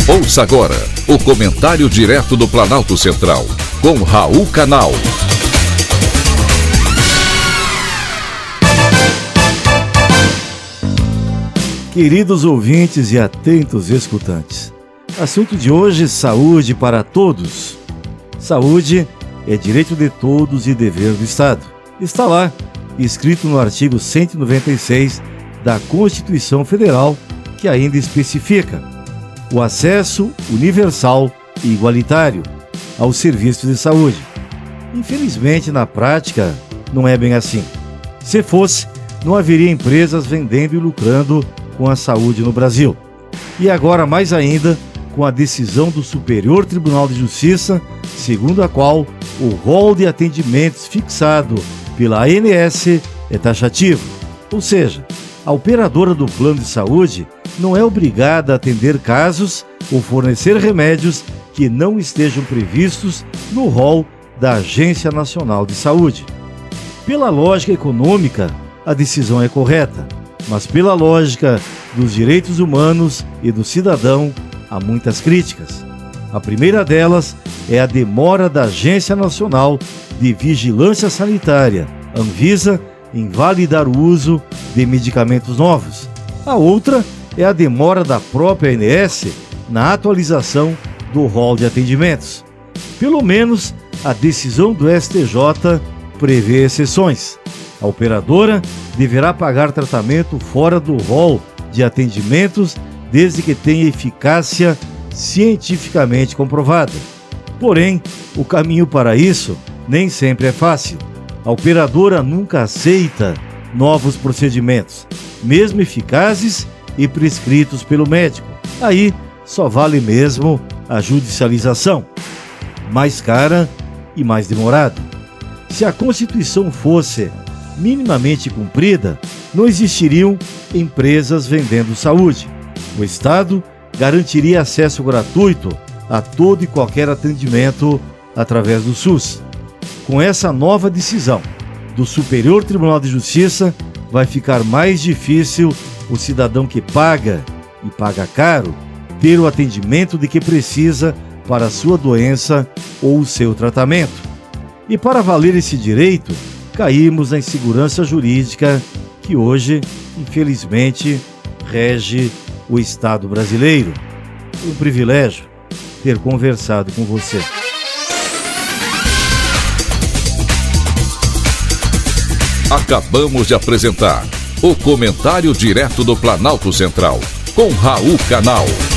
Ouça agora o comentário direto do Planalto Central, com Raul Canal. Queridos ouvintes e atentos escutantes, assunto de hoje: saúde para todos. Saúde é direito de todos e dever do Estado. Está lá, escrito no artigo 196 da Constituição Federal, que ainda especifica o acesso universal e igualitário aos serviços de saúde. Infelizmente, na prática, não é bem assim. Se fosse, não haveria empresas vendendo e lucrando com a saúde no Brasil. E agora, mais ainda, com a decisão do Superior Tribunal de Justiça, segundo a qual o rol de atendimentos fixado pela ANS é taxativo. Ou seja, a operadora do plano de saúde não é obrigada a atender casos ou fornecer remédios que não estejam previstos no rol da Agência Nacional de Saúde. Pela lógica econômica, a decisão é correta, mas pela lógica dos direitos humanos e do cidadão, há muitas críticas. A primeira delas é a demora da Agência Nacional de Vigilância Sanitária, Anvisa, em validar o uso de medicamentos novos. A outra é a demora da própria ANS na atualização do rol de atendimentos. Pelo menos a decisão do STJ prevê exceções. A operadora deverá pagar tratamento fora do rol de atendimentos desde que tenha eficácia cientificamente comprovada. Porém, o caminho para isso nem sempre é fácil. A operadora nunca aceita novos procedimentos, mesmo eficazes e prescritos pelo médico. Aí só vale mesmo a judicialização, mais cara e mais demorada. Se a Constituição fosse minimamente cumprida, não existiriam empresas vendendo saúde. O Estado garantiria acesso gratuito a todo e qualquer atendimento através do SUS. Com essa nova decisão do Superior Tribunal de Justiça, vai ficar mais difícil o cidadão que paga, e paga caro, ter o atendimento de que precisa para a sua doença ou o seu tratamento. E para valer esse direito, caímos na insegurança jurídica que hoje, infelizmente, rege o Estado brasileiro. É um privilégio ter conversado com você. Acabamos de apresentar o comentário direto do Planalto Central, com Raul Canal.